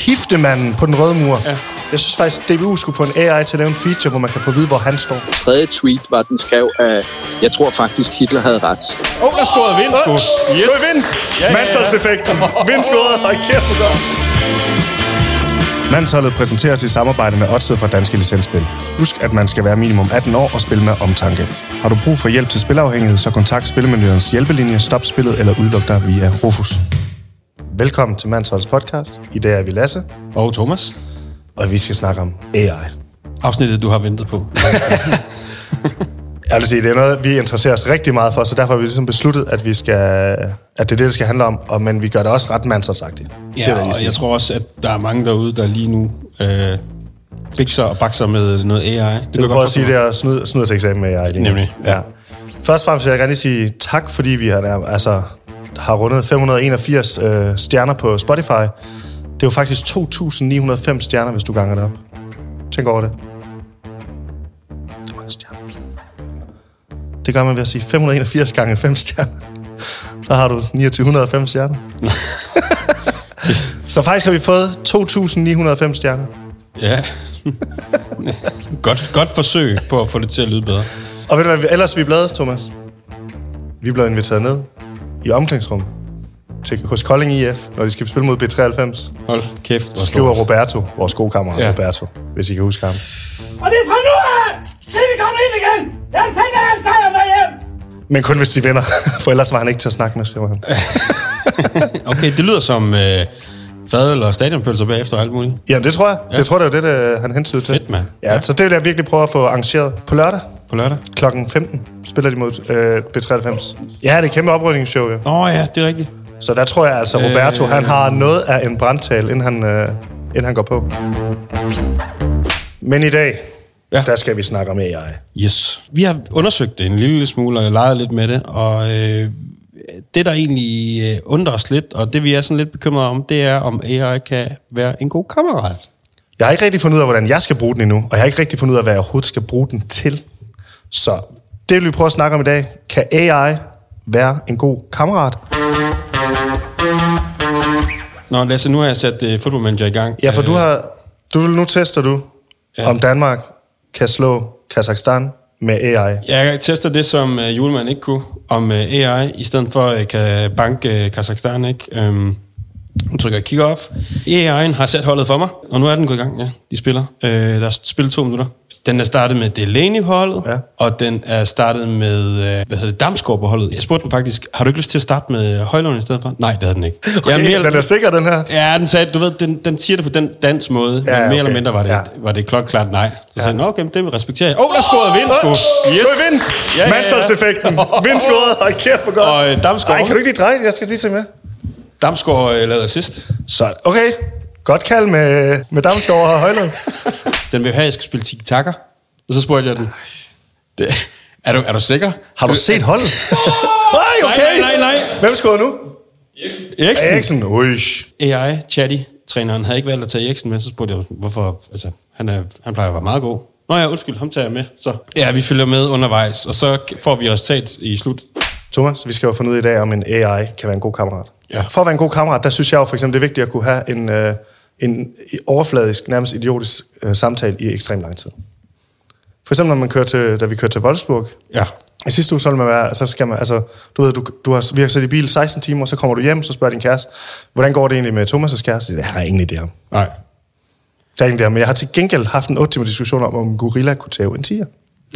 Hiftemanden på den røde mur. Ja. Jeg synes faktisk, DBU skulle få en AI til at lave en feature, hvor man kan få at vide, hvor han står. Tredje tweet var, den skrev, at jeg tror faktisk, Hitler havde ret. Der scorede Vindskud. Yes. Skål Vind! Mandsholdseffekten. Vind scorede. Hold kæft, hvor godt. Mandsholdet præsenteres i samarbejde med Odset fra Danske Licensspil. Husk, at man skal være minimum 18 år og spille med omtanke. Har du brug for hjælp til spilafhængighed, så kontakt Spillemyndighedens hjælpelinje, stop spillet eller udluk dig via Rufus. Velkommen til Mandsholdets podcast. I dag er vi Lasse. Og Thomas. Og vi skal snakke om AI. Afsnittet, du har ventet på. Jeg vil sige, det er noget, vi interesserer os rigtig meget for, så derfor har vi ligesom besluttet, at det er det skal handle om, men vi gør det også ret mandsholdsagtigt. Ja, det, og jeg tror også, at der er mange derude, der lige nu fikser og bakser med noget AI. Det vil prøve at sige, det er snyder til eksamen med AI. Nemlig. Ja. Først og fremmest vil jeg gerne lige sige tak, fordi vi har rundet 581 stjerner på Spotify. Det er jo faktisk 2.905 stjerner, hvis du ganger det op. Tænk over det. Det er mange stjerner. Det gør man ved at sige 581 gange 5 stjerner. Så har du 2905 stjerner. Så faktisk har vi fået 2.905 stjerner. Ja. Godt forsøg på at få det til at lyde bedre. Og ved du hvad ellers vi er blevet, Thomas? Vi er blevet inviteret ned i omklædningsrummet hos Kolding IF, når de skal spille mod B93. Hold kæft. Skriver Roberto, vores gode kammerat Roberto, hvis I kan huske ham. Og det er fra nu af! Til vi kommer ind igen! Jeg tænker, at han sejrer med hjem! Men kun hvis de vinder, for ellers var han ikke til at snakke med, skriver han. Okay, det lyder som fadøl og stadionpølser bagefter og alt muligt. Ja, det tror jeg. Ja. Det tror jeg, det er det, han hensyder til. Fedt, mand. Ja, så det vil jeg virkelig prøve at få arrangeret på lørdag. På lørdag? Klokken 15 spiller de mod B93. Ja, det er et kæmpe oprydningsshow, jo. Ja, det er rigtigt. Så der tror jeg altså, Roberto, han har noget af en brandtale, inden han går på. Men i dag, der skal vi snakke om AI. Yes. Vi har undersøgt det en lille smule og leget lidt med det, og det, der egentlig undrer os lidt, og det vi er sådan lidt bekymrede om, det er, om AI kan være en god kammerat. Jeg har ikke rigtig fundet ud af, hvordan jeg skal bruge den endnu, og jeg har ikke rigtig fundet ud af, hvad jeg overhovedet skal bruge den til. Så det vil vi prøve at snakke om i dag. Kan AI være en god kammerat? Nå, Lasse, nu har jeg sat Football Manager i gang. Ja, for nu tester du, om Danmark kan slå Kazakhstan med AI. Jeg tester det, som Julemanden ikke kunne, om AI, i stedet for kan banke Kazakhstan, ikke? Nu trykker jeg kick-off. AI'en har sat holdet for mig, og nu er den gået i gang, ja. De spiller. Der er spillet 2 minutter. Den er startet med Delaney på holdet, og den er startet med, Damsgaard på holdet. Jeg spurgte den faktisk, har du ikke lyst til at starte med Højlund i stedet for? Nej, det havde den ikke. Okay, den er sikker, den her? Ja, den sagde, du ved, den siger det på den dans måde, men mere eller mindre var det klokklart nej. Så sagde den, okay, det respekterer jeg. Der scorede Vindskud. Yes. Vind! Mandsholdseffekten. Vind scorede. Hold kæft, hvor godt. Og Damsgaard. Nej, kan du ikke lige dreje? Jeg skal lige se med. Damsgaard lavede assist. Så, okay. Godt kald med Damsgaard og Højlund. Den vil have, at jeg skal spille tiki-taka. Og så spurgte jeg den. Er du sikker? Har du set holdet? Nej. Hvem scorede nu? Eriksen. AI, Chatty-træneren, havde ikke valgt at tage Eriksen med. Så spurgte jeg, hvorfor? Altså, han plejer at være meget god. Nå ja, undskyld, ham tager jeg med. Så ja, vi følger med undervejs, og så får vi resultat i slut. Thomas, vi skal jo finde ud af i dag, om en AI kan være en god kammerat. Ja. For at være en god kammerat, der synes jeg jo for eksempel, det er vigtigt at kunne have en overfladisk, nærmest idiotisk samtale i ekstremt lang tid. For eksempel, da vi kørte til Wolfsburg. Ja. I sidste uge, så skal man, altså, du ved, vi har sat i bil 16 timer, så kommer du hjem, så spørger din kæreste, hvordan går det egentlig med Thomas' kæreste? Det har jeg ingen idé om. Nej. Det er ingen idé om, men jeg har til gengæld haft en 8-timer diskussion om en gorilla kunne tæve en tiger.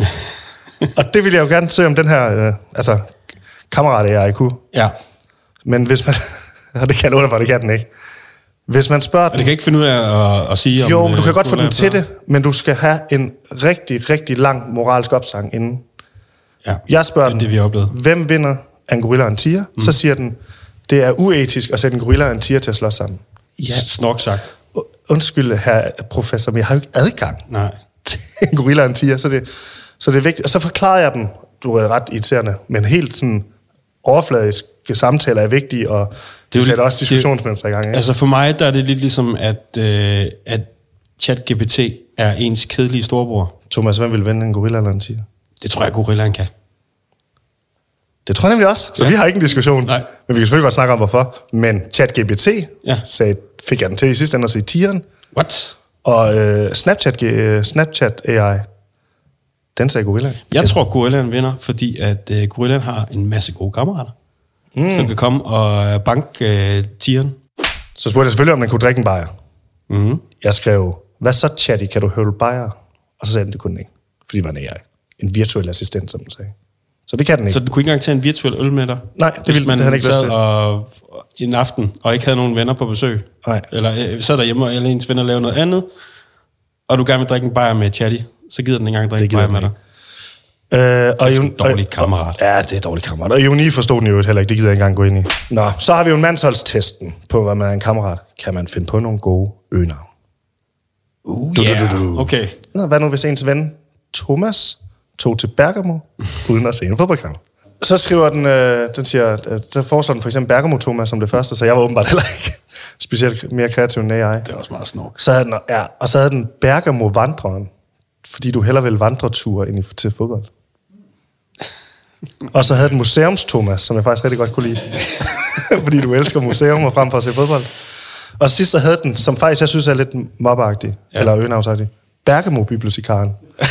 Og det vil jeg jo gerne se, om den her, kammerat AI kunne. Ja. Men hvis man... Og det kan det kan den ikke. Hvis man spørger den... Og det kan ikke finde ud af at sige... Jo, men du kan godt få den til det, men du skal have en rigtig, rigtig lang moralsk opsang inden. Ja, jeg spørger det er det, vi har oplevet. Hvem vinder af en gorilla og en tiger? Så siger den, det er uetisk at sætte en gorilla og en tiger til at slås sammen. Ja. Snork sagt. Undskyld, herr professor, men jeg har jo ikke adgang til en gorilla og en tiger, så det er vigtigt. Og så forklarer jeg den, du er ret irriterende, men helt sådan overfladiske samtaler er vigtige, og det sætter også diskussionsmønstre i gang. Ikke? Altså for mig, der er det lidt ligesom, at ChatGPT er ens kedelige storebror. Thomas, hvem vil vinde, en gorilla eller en tiger? Det tror jeg, gorillaen kan. Det tror jeg nemlig også. Så vi har ikke en diskussion. Nej. Men vi kan selvfølgelig godt snakke om, hvorfor. Men ChatGPT fik jeg den til i sidste ende at sige tieren. What? Og Snapchat AI, den sagde Gorilla. Jeg tror, Gorillaen vinder, fordi at Gorillaen har en masse gode kammerater, som kan komme og banke tieren. Så spurgte jeg selvfølgelig, om den kunne drikke en bajer. Mm-hmm. Jeg skrev, hvad så, Chatty, kan du høvle bajer? Og så sagde den, det kunne den ikke. Fordi det var en AI. En virtuel assistent, som den sagde. Så det kan den ikke. Så du kunne ikke engang tage en virtuel øl med dig? Nej, det ville han ikke lyst til. Og en aften, og ikke havde nogen venner på besøg? Nej. Eller sad derhjemme, og ens venner lavede noget andet, og du gerne vil drikke en bajer med Chatty, så gider den ikke engang drikke en bajer med dig? Og det er en dårlig kammerat. Ja, det er dårlig kammerat. Og Ioni forstod den jo heller ikke, det gider jeg ikke engang gå ind i. Nå, så har vi jo en mandsholdstesten på, hvad man er en kammerat. Kan man finde på nogle gode øgenavn? Okay. Nå, hvad nu, hvis ens ven Thomas tog til Bergamo, uden at se en fodboldkamp? Så skriver den siger, der foreslår den for eksempel Bergamo Thomas som det første, så jeg var åbenbart heller ikke specielt mere kreativ end AI. Det er også meget snork. Så havde den, og så havde den Bergamo vandreren, fordi du hellere vil vandreture end til fodbold. Og så havde den Museums Thomas, som jeg faktisk rigtig godt kunne lide. Fordi du elsker museum og frem for at se fodbold. Og sidst så havde den, som faktisk jeg synes er lidt mobbeagtig, eller øgenavnsagtig, Bergamo-bibliotekaren.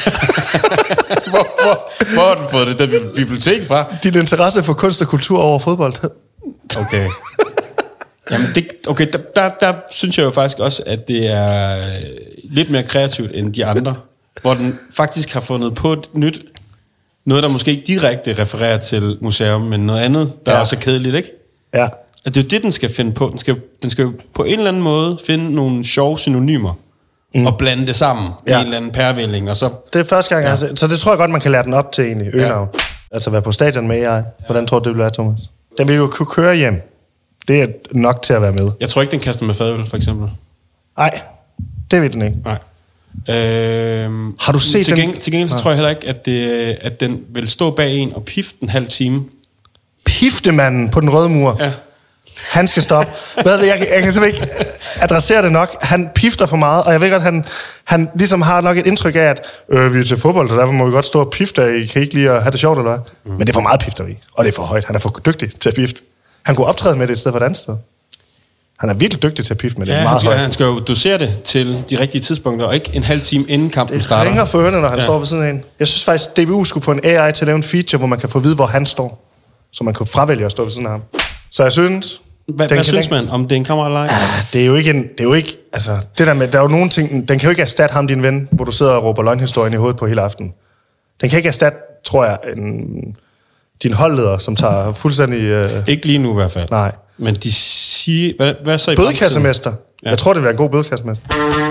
Hvor har du fået det der bibliotek fra? Din interesse for kunst og kultur over fodbold. Okay. Jamen, der synes jeg jo faktisk også, at det er lidt mere kreativt end de andre, hvor den faktisk har fundet på et nyt, noget der måske ikke direkte refererer til museum, men noget andet, der er også kedeligt, ikke? Ja. At det er jo det, den skal finde på. Den skal jo på en eller anden måde finde nogle sjove synonymer, og blande det sammen i en eller anden pærevælling, og så... Det er første gang, jeg har set. Så det tror jeg godt, man kan lære den op til egentlig, øgenavn. Altså være på stadion med AI. Hvordan tror du, det vil være, Thomas? Den vil jo kunne køre hjem. Det er nok til at være med. Jeg tror ikke, den kaster med fadøl, for eksempel. Nej, det vil den ikke. Nej. Har du set den? Til gengæld så tror jeg heller ikke, at den vil stå bag en og pifte en halv time. Piftemanden på den røde mur? Ja. Han skal stoppe. Jeg kan simpelthen ikke adressere det nok. Han pifter for meget, og jeg ved godt, han ligesom har nok et indtryk af, at vi er til fodbold, og derfor må vi godt stå og pifte af. Kan I ikke lide at have det sjovt, eller hvad? Men det er for meget pifteri, og det er for højt. Han er for dygtig til at pifte. Han kunne optræde med det et sted for et andet sted. Han er virkelig dygtig til at pifte med det. Meget højt. Han skal jo dosere det til de rigtige tidspunkter, og ikke en halv time inden kampen starter. Det ringer for ørerne, når han står ved siden af en. Jeg synes faktisk, DBU skulle få en AI til at lave en feature, hvor man kan få at vide, hvor han står. Så man kan fravælge at stå ved siden af ham. Så jeg synes... Hvad synes man, om det er en kammerat eller ej? Det er jo ikke, altså, det der med, der er jo nogle ting, den kan jo ikke erstatte ham, din ven, hvor du sidder og råber løgnhistorien i hovedet på hele aften. Den kan ikke erstatte, tror jeg, din holdleder, som tager fuldstændig... Ikke lige nu i hvert fald. Nej. Men de siger... Hvad så i bødekassemester. Ja. Jeg tror, det vil være en god bødekassemester.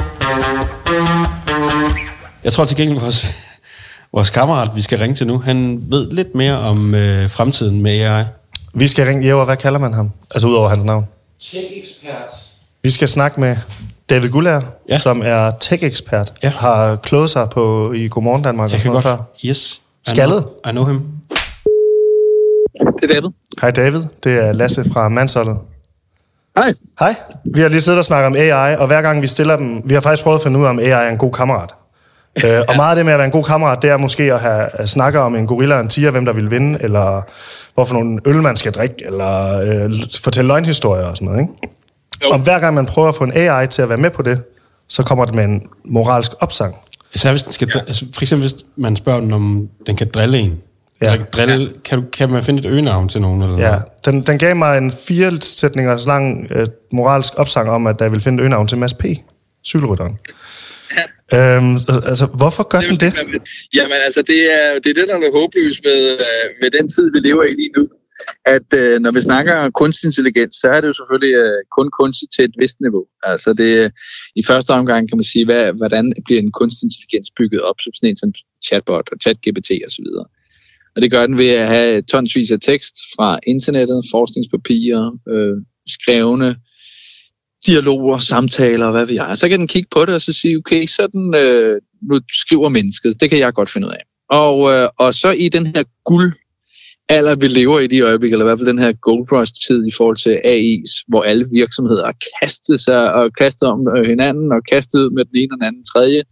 Jeg tror til gengæld, vores kammerat, vi skal ringe til nu, han ved lidt mere om fremtiden med AI. Vi skal ringe Jæver, hvad kalder man ham? Altså udover hans navn. Tech-ekspert. Vi skal snakke med David Gullager, som er tech-ekspert. Ja. Har kloget sig i Godmorgen Danmark. Jeg kan godt. Før. Yes. Skaldet. I know him. Det er David. Hej David, det er Lasse fra Mandsholdet. Hej. Hej. Vi har lige siddet og snakket om AI, og hver gang vi stiller dem... Vi har faktisk prøvet at finde ud af, om AI er en god kammerat. Og meget af det med at være en god kammerat, det er måske at have snakket om en gorilla og en tiger, hvem der vil vinde, eller hvorfor nogle øl, man skal drikke, eller fortælle løgnhistorier og sådan noget, ikke? Og hver gang man prøver at få en AI til at være med på det, så kommer det med en moralsk opsang. Så hvis den skal, altså for eksempel hvis man spørger den, om den kan drille en. Ja. Drille, kan man finde et øgenavn til nogen? Eller ja, den gav mig en 4 sætninger lang moralsk opsang om, at jeg ville finde et øgenavn til Mads P., cykelrytteren. Altså, hvorfor gør den det? Jamen, altså, det er det, der er håbløst med den tid, vi lever i lige nu. At når vi snakker kunstig intelligens, så er det jo selvfølgelig kun kunstigt til et vist niveau. Altså, det i første omgang kan man sige, hvordan bliver en kunstig intelligens bygget op, som sådan en som chatbot og ChatGPT og så videre. Og det gør den ved at have tonsvis af tekst fra internettet, forskningspapirer, skrevne dialoger, samtaler, hvad ved jeg. Så kan den kigge på det og så sige, okay, sådan nu skriver mennesket. Det kan jeg godt finde ud af. Og så i den her guldalder, vi lever i de øjeblikke, eller i hvert fald den her gold rush-tid i forhold til AI's, hvor alle virksomheder har kastet sig og kastet om hinanden og kastet med den ene og den anden tredje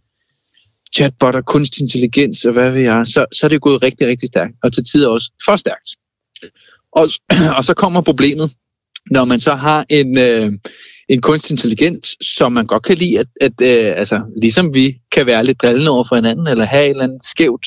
chatbot og kunstig intelligens og hvad ved jeg, så er det gået rigtig, rigtig stærkt. Og til tider også for stærkt. Og så kommer problemet, når man så har en kunstig intelligens, som man godt kan lide, at altså, ligesom vi kan være lidt drillende over for hinanden, eller have en eller anden skævt,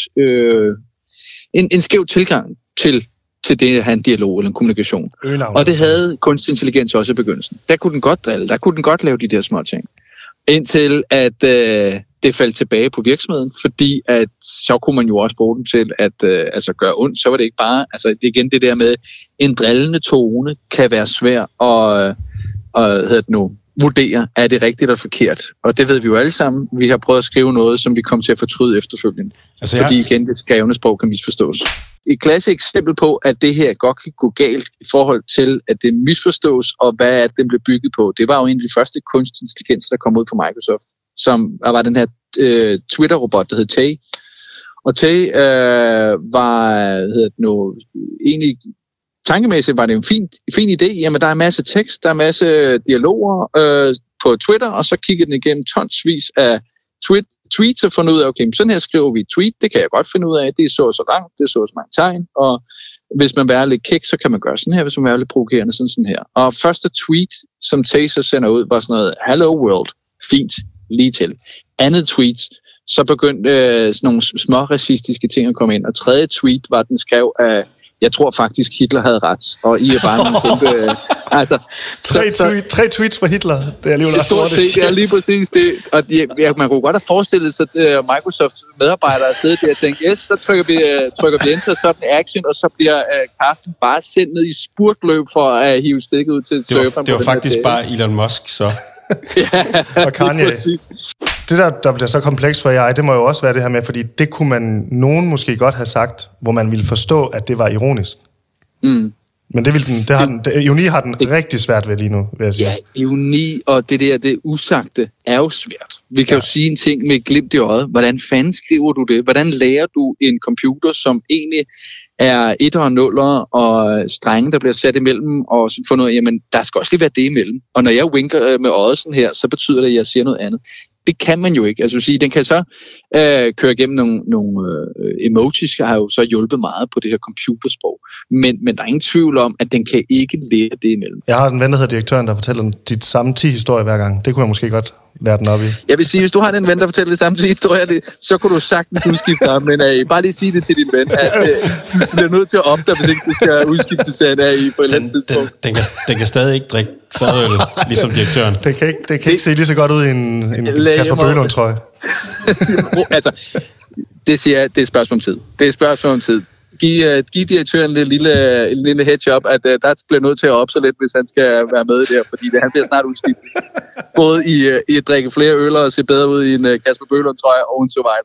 en skæv tilgang til det at have en dialog eller en kommunikation. Og det havde kunstig intelligens også i begyndelsen. Der kunne den godt drille, der kunne den godt lave de der små ting. Indtil at det faldt tilbage på virksomheden, fordi at så kunne man jo også bruge den til at gøre ondt. Så var det ikke bare, altså det igen det der med, en drillende tone kan være svær at vurdere, er det rigtigt eller forkert. Og det ved vi jo alle sammen. Vi har prøvet at skrive noget, som vi kommer til at fortryde efterfølgende. Altså, fordi igen, det skrevne sprog kan misforstås. Et klassisk eksempel på, at det her godt kan gå galt i forhold til, at det misforstås, og hvad er det blev bygget på. Det var jo en af de første kunstig intelligenser, der kom ud fra Microsoft, som var den her Twitter-robot, der hed Tay. Og Tay var, egentlig tankemæssigt var det en fin idé. Jamen, der er en masse tekst, der er en masse dialoger på Twitter, og så kigger den igennem tonsvis af tweets og fundet ud af, okay, sådan her skriver vi et tweet, det kan jeg godt finde ud af, det er så langt, det er så mange tegn, og hvis man vil være lidt kæk, så kan man gøre sådan her, hvis man vil være lidt provokerende, sådan her. Og første tweet, som Taser sender ud, var sådan noget, hello world, fint, lige til. Andet tweet, så begyndte sådan nogle små racistiske ting at komme ind, og tredje tweet var, den skrev, at jeg tror faktisk, Hitler havde ret, og I er bare nogle kæmpe... Altså, tre tweets fra Hitler, det er alligevel stort set, det er lige præcis det. Og man kunne godt have forestillet sig, at Microsofts medarbejdere sidder der og tænker, yes, så trykker vi enter, så den action, og så bliver Carsten bare sendt ned i spurtløb for at hive stikket ud til serveren. Det var faktisk bare Elon Musk, så... Ja, og Kanye. Det der bliver så kompleks for AI, det må jo også være det her med, fordi det kunne nogen måske godt have sagt, hvor man ville forstå, at det var ironisk. Mm. Men det ironi har den rigtig svært ved lige nu, vil jeg sige. Ja, ironi og det usagte er jo svært. Vi kan jo sige en ting med glimt i øjet. Hvordan fanden skriver du det? Hvordan lærer du en computer, som egentlig er 1 og 0 og strenge, der bliver sat imellem, og så får noget, jamen, der skal også lige være det imellem. Og når jeg winker med øjet sådan her, så betyder det, at jeg siger noget andet. Det kan man jo ikke. Altså sige, den kan så køre igennem nogle emojis, har jo så hjulpet meget på det her computersprog. Men der er ingen tvivl om, at den kan ikke lære det imellem. Jeg har en ven, der hedder direktøren, der fortæller dit samme 10 historier hver gang. Det kunne jeg måske godt lære den op i. Jeg vil sige, hvis du har den ven, der fortæller det samme 10 historier, så kunne du sagtens udskifte ham. Men bare lige sige det til din ven, at du bliver nødt til at opdage, hvis ikke du skal udskifte sig af i på et eller andet tidspunkt. Den kan stadig ikke drikke fadøl, ligesom direktøren. Det kan ikke se lige så godt ud i en Kasper Bøhlund-trøje. Altså, det siger jeg, det er et spørgsmål om tid. Det er et spørgsmål om tid. Giv direktøren en lille heads-up, at der bliver nødt til at opse lidt, hvis han skal være med der, fordi han bliver snart udskiftet. Både i at drikke flere øl og se bedre ud i en Kasper Bøhlund-trøje og en survivor.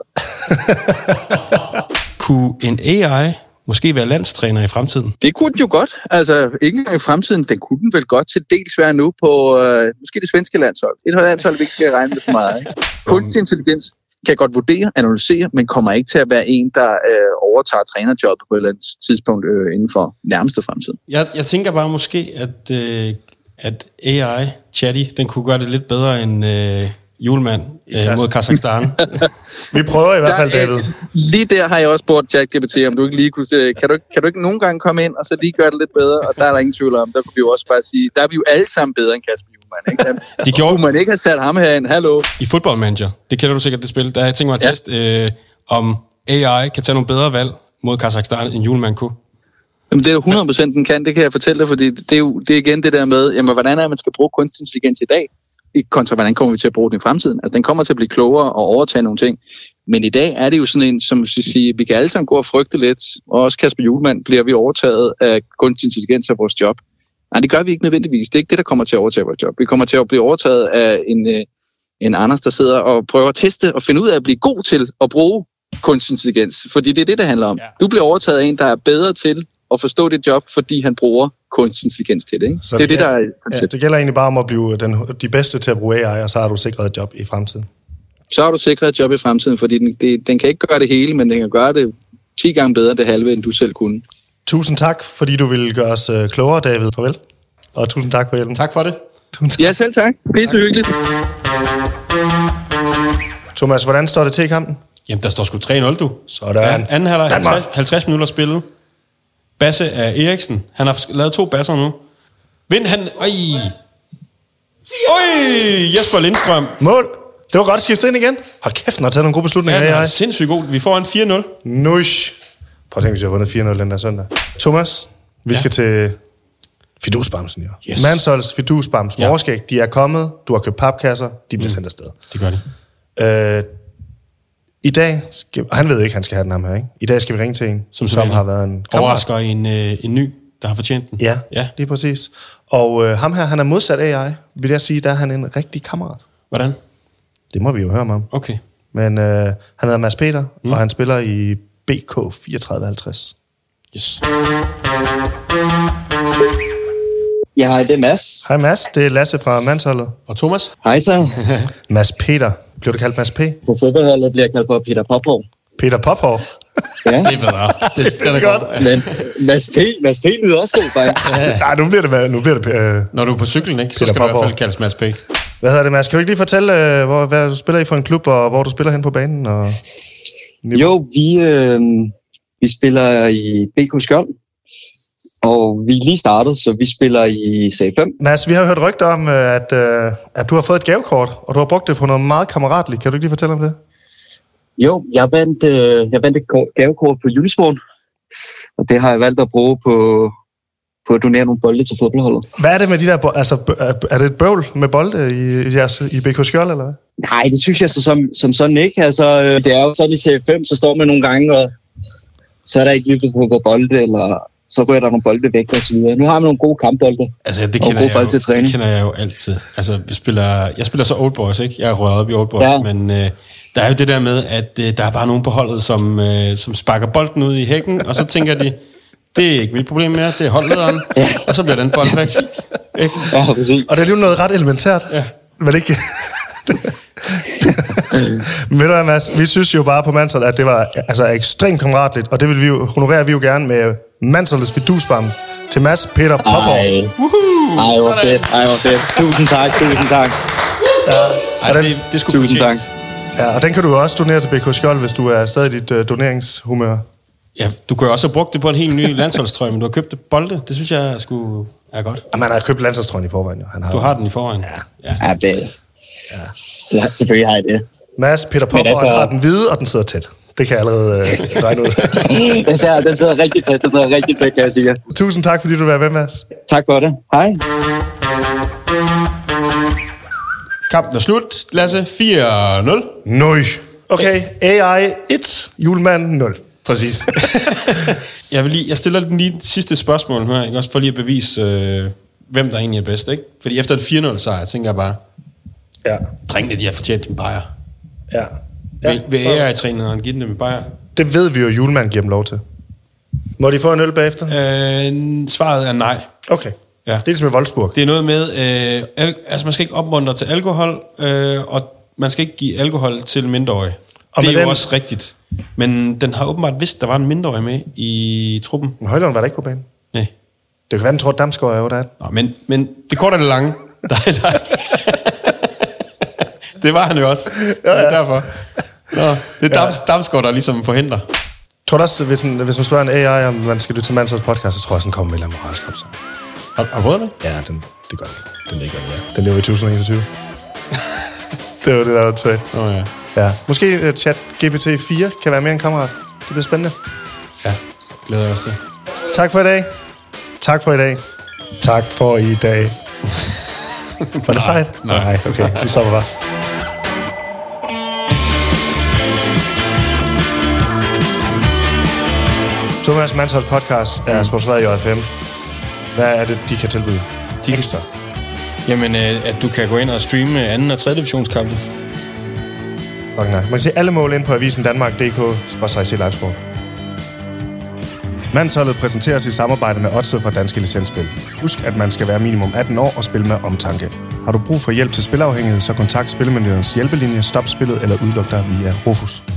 Kunne en AI måske være landstræner i fremtiden? Det kunne den jo godt. Altså, ikke engang i fremtiden, den kunne den vel godt til dels være nu på måske det svenske landshold. Et landshold, vi ikke skal regne med for meget. Ikke? Kunstig intelligens kan godt vurdere, analysere, men kommer ikke til at være en, der overtager trænerjobbet på et eller andet tidspunkt inden for nærmeste fremtid. Jeg tænker bare måske, at AI, Chatty, den kunne gøre det lidt bedre end julemand mod Kazakhstan. Vi prøver i hvert fald, David. Lige der har jeg også spurgt ChatGPT, om du ikke lige kunne se, kan du ikke nogle gange komme ind, og så lige gøre det lidt bedre, og der er der ingen tvivl om. Der kunne vi jo også bare sige, der er vi jo alle sammen bedre end Kasper Hjulmand, ikke? Kunne man ikke have sat ham herind? Hallo? I Football Manager, det kender du sikkert det spil, der jeg tænker mig at teste, om AI kan tage nogle bedre valg mod Kazakhstan, end Hjulmand kunne. Jamen, det er jo 100% den kan, det kan jeg fortælle dig, fordi det er igen det der med, jamen, hvordan er det, man skal bruge kunstig intelligens i dag, kontra hvordan kommer vi til at bruge den i fremtiden. Altså, den kommer til at blive klogere og overtage nogle ting. Men i dag er det jo sådan en, som siger, vi kan alle sammen gå og frygte lidt, og også Kasper Hjulmand bliver vi overtaget af kunstig intelligens af vores job. Nej, det gør vi ikke nødvendigvis. Det er ikke det, der kommer til at overtage vores job. Vi kommer til at blive overtaget af en Anders, der sidder og prøver at teste og finde ud af at blive god til at bruge kunstig intelligens. Fordi det er det, der handler om. Du bliver overtaget af en, der er bedre til at forstå dit job, fordi han bruger kunstig intelligens til det. Ikke? Så det er det, der er det gælder egentlig bare om at blive de bedste til at bruge AI, og så har du sikret et job i fremtiden. Så har du sikret et job i fremtiden, fordi den kan ikke gøre det hele, men den kan gøre det 10 gange bedre det halve, end du selv kunne. Tusind tak, fordi du ville gøre os klogere, David. Farvel. Og tusind tak for hjælpen. Tak for det. Ja, selv tak. Pisse hyggeligt. Thomas, hvordan står det til i kampen? Jamen, der står sgu 3-0, du. Sådan. Anden halvleg, 50 minutter spillet. Basse af Eriksen. Han har lavet 2 basser nu. Vind han... Øj! Jesper Lindstrøm. Mål. Det var godt skiftet ind igen. Hold kæft, han har taget nogle gode beslutninger. Ja, han er sindssygt god. Vi får en 4-0. Nush. Prøv at tænke, hvis jeg har vundet 4-0 den der søndag. Thomas, vi skal til Fidusbamsen, jo. Yes. Mansholds Fidusbamsen. Ja. Morskæg, de er kommet. Du har købt papkasser. De bliver sendt afsted. Det gør de. I dag, han ved ikke, han skal have den ham her, ikke? I dag skal vi ringe til en, som har været en kammerat. Overrasker en ny, der har fortjent den. Ja, lige præcis. Og ham her, han er modsat AI, vil jeg sige, der er han en rigtig kammerat. Hvordan? Det må vi jo høre om. Okay. Men han hedder Mads Peter, og han spiller i BK 3450. Yes. Ja, hej, det er Mads. Hej Mads, det er Lasse fra Mansholdet. Og Thomas? Hej så. Mads Peter. Bliver du kaldt Mads P? På fodboldholdet bliver jeg kaldt for Peter Pophov. Peter Pophov? Ja. Det er bedre. Det er godt. Men Mads P lyder også god, faktisk. Nej, nu bliver det Når du er på cyklen, ikke, så Peter skal du i Pophov. hvert fald kaldes Mads P. Hvad hedder det, Mads? Kan du ikke lige fortælle, hvad du spiller i for en klub, og hvor du spiller hen på banen? Og... Jo, vi spiller i BK Skjold, og vi er lige startet, så vi spiller i C5. Mads, vi har hørt rygter om, at du har fået et gavekort, og du har brugt det på noget meget kammeratligt. Kan du ikke lige fortælle om det? Jo, jeg vandt et gavekort på Julisborg, og det har jeg valgt at bruge på at donere nogle bolde til fodboldholdet. Hvad er det med de der er det et bøvl med bolde i BK Skjold, eller hvad? Nej, det synes jeg så som sådan ikke. Altså, det er jo sådan i C5, så står man nogle gange, og så er der ikke lige på bolde, eller så rører der nogle bolde væk og så videre. Nu har vi nogle gode kampbolde. Altså, det kender jeg jo altid. Altså, jeg spiller så Old Boys, ikke? Jeg er røget op i Old Boys, ja. Men der er jo det der med, at der er bare nogen på holdet, som sparker bolden ud i hækken, og så tænker de, det er ikke mit problem mere, det er holdlederen, ja. Og så bliver den bold væk. Ikke? Ja, præcis. Og det er jo noget ret elementært, men ikke... Men ved du hvad, Mads? Vi synes jo bare på Manshold, at det var ekstremt kammeratligt, og det vil vi jo, honorerer vi jo gerne med Mansholds Fidusbam til Mads Peter Pophov. Ej, hvor fedt. Tusind tak. Ja, det skulle tusind tak. Ja, og den kan du også donere til BK Skjold, hvis du er stadig i dit doneringshumør. Ja, du kan jo også have brugt det på en helt ny landsholdstrøje, men du har købt det bolde. Det synes jeg er godt. Og man har købt landsholdstrøjen i forvejen, jo. Du har den i forvejen? Ja, det... Ja, selvfølgelig har jeg det. Mads Peter Pophov har den hvide, og den sidder tæt. Det kan jeg allerede regne ud. Den sidder rigtig tæt, kan jeg sige. Tusind tak, fordi du var med, Mads. Tak for det. Hej. Kampen er slut. Lasse, 4-0. Nøj. Okay, AI 1, Julemand 0. Præcis. Jeg stiller lige et sidste spørgsmål her, ikke? Også for lige at bevise, hvem der egentlig er bedst, ikke? Fordi efter et 4-0-sejr, tænker jeg bare, drengene, de har fortjent en bajer. Ja. Vil AI-træneren give dem en bajer? Det ved vi jo, Julemand giver dem lov til. Må de få en øl bagefter? Svaret er nej. Okay. Ja. Det er ligesom i Wolfsburg. Det er noget med, man skal ikke opmuntre til alkohol, og man skal ikke give alkohol til mindreårige. Og det er jo også rigtigt. Men den har åbenbart vidst, der var en mindreårig med i truppen. Men Højlund var der ikke på banen? Nej. Det kan være, den tror, at Damsgaard er jo der. Nå, men det korte er det lange. Det var han jo også. Ja. Det er derfor. Nå, det er Damsgaard, der ligesom forhindrer. Tror du også, hvis man spørger en AI, om man skal lytte til Mansholds podcast, så tror jeg, den kommer med en eller anden moralsk opsang. Har du prøvet det? Ja, det gør den. Den ligger der. Den lever i 2021. Det var det, der var tvæt. Ja. Måske chat GPT-4 kan være mere en kammerat. Det bliver spændende. Ja, glæder jeg også til. Tak for i dag. Tak for i dag. Var det sejt? Nej, okay. Vi stopper bare. Thomas Mansholds podcast er sponsoreret i JFM. Hvad er det, de kan tilbyde? Ekstra. Jamen, at du kan gå ind og streame 2. og 3. divisionskampen. Fucking nej. Man kan se alle mål ind på avisendanmark.dk/livesport. Mansholdet præsenteres i samarbejde med Odset fra Danske Licensspil. Husk, at man skal være minimum 18 år og spille med omtanke. Har du brug for hjælp til spilafhængighed, så kontakt Spillemyndighedens hjælpelinje, stop spillet eller udluk dig via Rufus.